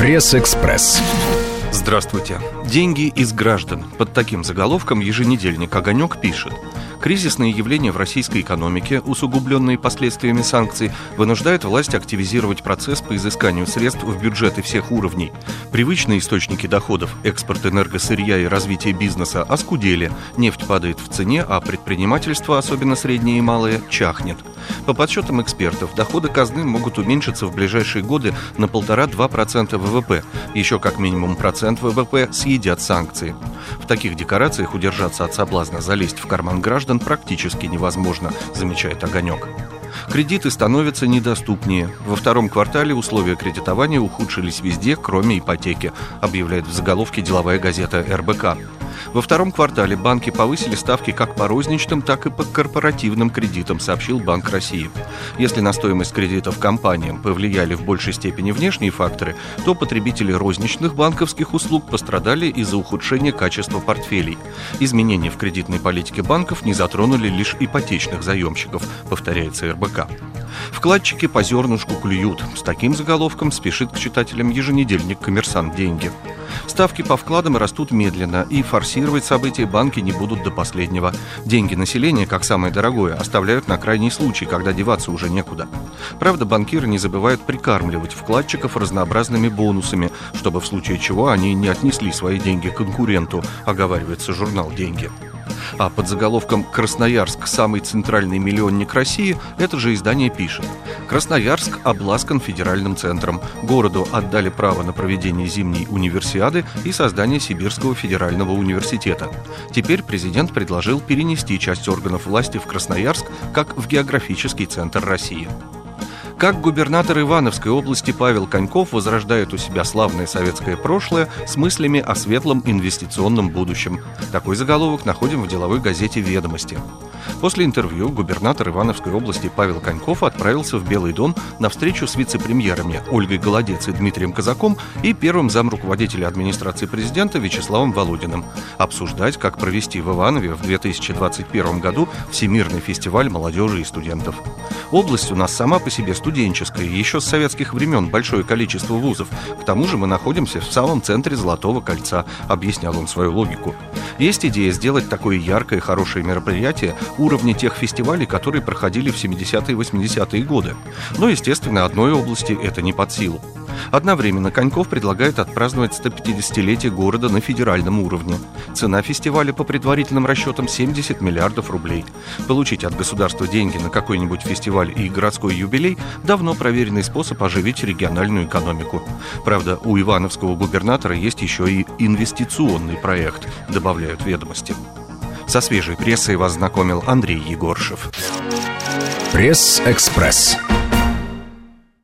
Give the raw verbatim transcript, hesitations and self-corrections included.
Пресс-экспресс. Здравствуйте. Деньги из граждан. Под таким заголовком еженедельник «Огонек» пишет: кризисные явления в российской экономике, усугубленные последствиями санкций, вынуждают власть активизировать процесс по изысканию средств в бюджеты всех уровней. Привычные источники доходов, экспорт энергосырья и развитие бизнеса оскудели, нефть падает в цене, а предпринимательство, особенно среднее и малое, чахнет. По подсчетам экспертов, доходы казны могут уменьшиться в ближайшие годы на полтора-два процента ВВП. Еще как минимум процент ВВП съедят санкции. В таких декорациях удержаться от соблазна залезть в карман граждан практически невозможно, замечает «Огонек». Кредиты становятся недоступнее. Во втором квартале условия кредитования ухудшились везде, кроме ипотеки, объявляет в заголовке деловая газета эр бэ ка. Во втором квартале банки повысили ставки как по розничным, так и по корпоративным кредитам, сообщил Банк России. Если на стоимость кредитов компаниям повлияли в большей степени внешние факторы, то потребители розничных банковских услуг пострадали из-за ухудшения качества портфелей. Изменения в кредитной политике банков не затронули лишь ипотечных заемщиков, повторяется эр бэ ка. Вкладчики по зернышку клюют. С таким заголовком спешит к читателям еженедельник «Коммерсант. Деньги». Ставки по вкладам растут медленно, и форсировать события банки не будут до последнего. Деньги населения, как самое дорогое, оставляют на крайний случай, когда деваться уже некуда. Правда, банкиры не забывают прикармливать вкладчиков разнообразными бонусами, чтобы в случае чего они не отнесли свои деньги конкуренту, оговаривается журнал «Деньги». А под заголовком «Красноярск – самый центральный миллионник России» это же издание пишет: Красноярск обласкан федеральным центром. Городу отдали право на проведение зимней универсиады и создание Сибирского федерального университета. Теперь президент предложил перенести часть органов власти в Красноярск как в географический центр России. Как губернатор Ивановской области Павел Коньков возрождает у себя славное советское прошлое с мыслями о светлом инвестиционном будущем. Такой заголовок находим в деловой газете «Ведомости». После интервью губернатор Ивановской области Павел Коньков отправился в Белый дом на встречу с вице-премьерами Ольгой Голодец и Дмитрием Казаком и первым замруководителя администрации президента Вячеславом Володиным обсуждать, как провести в Иванове в две тысячи двадцать первом году Всемирный фестиваль молодежи и студентов. Область у нас сама по себе студенческая, еще с советских времен большое количество вузов. К тому же мы находимся в самом центре Золотого кольца, объяснял он свою логику. Есть идея сделать такое яркое и хорошее мероприятие уровня тех фестивалей, которые проходили в семидесятые и восьмидесятые годы. Но, естественно, одной области это не под силу. Одновременно Коньков предлагает отпраздновать сто пятидесятилетие города на федеральном уровне. Цена фестиваля по предварительным расчетам семьдесят миллиардов рублей. Получить от государства деньги на какой-нибудь фестиваль и городской юбилей – давно проверенный способ оживить региональную экономику. Правда, у ивановского губернатора есть еще и инвестиционный проект, добавляют «Ведомости». Со свежей прессой вас знакомил Андрей Егоршев. Пресс-экспресс.